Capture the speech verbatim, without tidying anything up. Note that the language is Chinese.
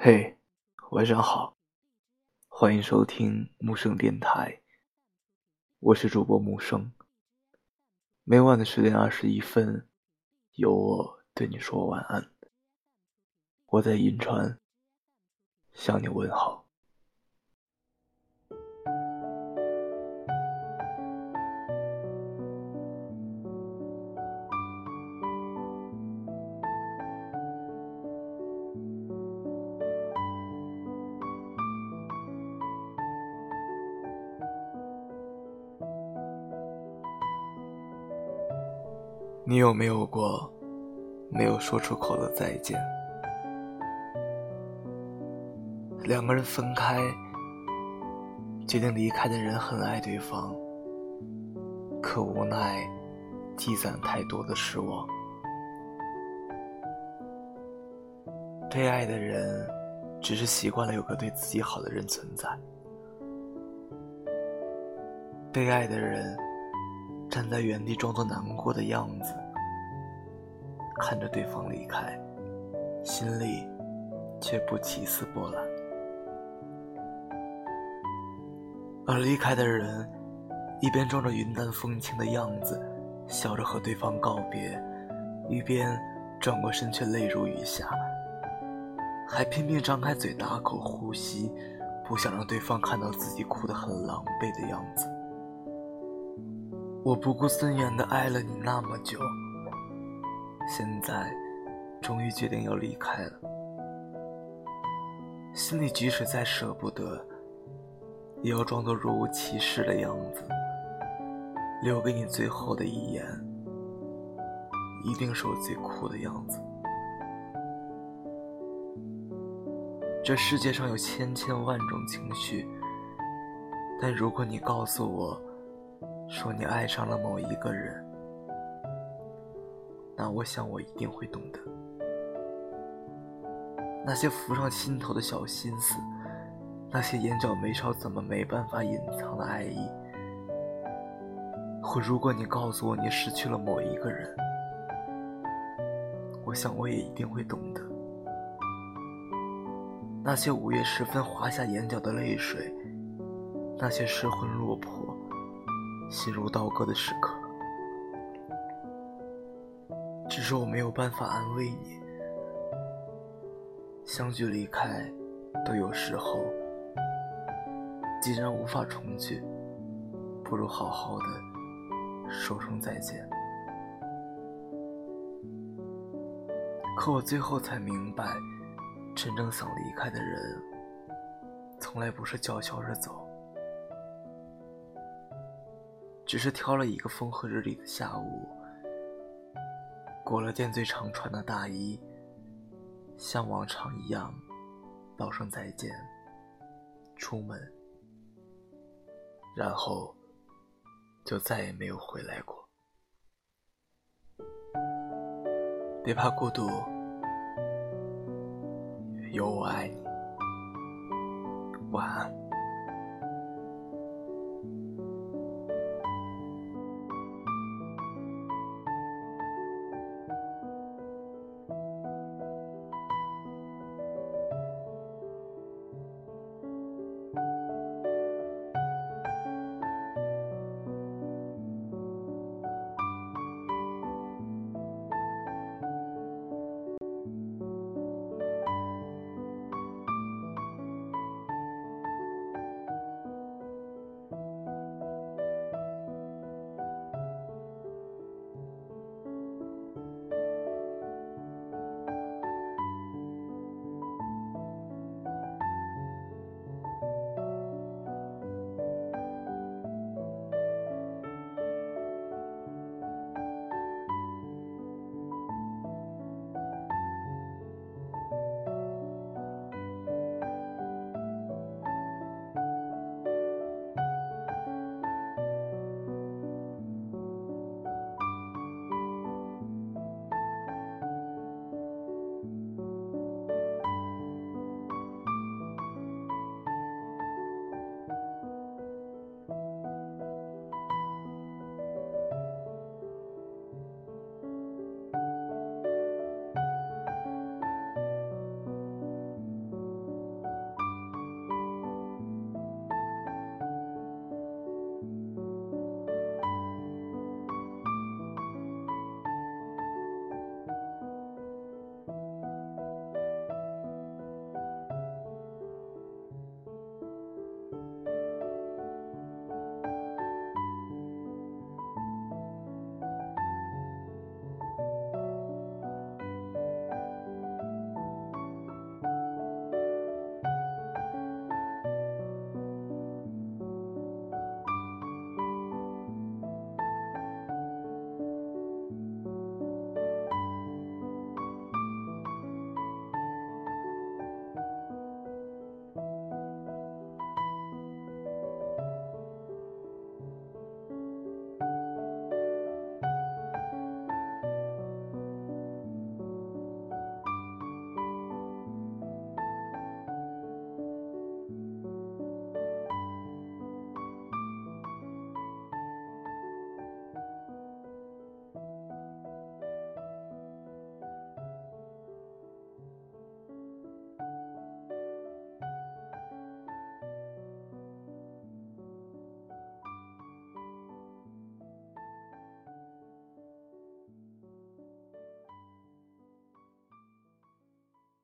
嘿，晚上好，欢迎收听木生电台，我是主播木生。每晚的十点二十一分，由我对你说晚安。我在银川向你问好。你有没有过没有说出口的再见？两个人分开，决定离开的人很爱对方，可无奈积攒太多的失望。被爱的人只是习惯了有个对自己好的人存在，被爱的人站在原地装作难过的样子，看着对方离开，心里却不起一丝波澜。而离开的人一边装着云淡风轻的样子，笑着和对方告别，一边转过身却泪如雨下，还拼命张开嘴大口呼吸，不想让对方看到自己哭得很狼狈的样子。我不顾尊严地爱了你那么久，现在终于决定要离开了，心里即使再舍不得，也要装作若无其事的样子，留给你最后的一眼，一定是我最酷的样子。这世界上有千千万种情绪，但如果你告诉我说你爱上了某一个人，那我想我一定会懂得。那些浮上心头的小心思，那些眼角眉梢怎么没办法隐藏的爱意，或如果你告诉我你失去了某一个人，我想我也一定会懂得。那些午夜时分滑下眼角的泪水，那些失魂落魄心如刀割的时刻，只是我没有办法安慰你。相聚离开都有时候，既然无法重聚，不如好好的说声再见。可我最后才明白，真正想离开的人从来不是叫嚣着走，只是挑了一个风和日丽的下午，裹了件最常穿的大衣，像往常一样道声再见，出门，然后就再也没有回来过。别怕孤独，有我爱你。晚安。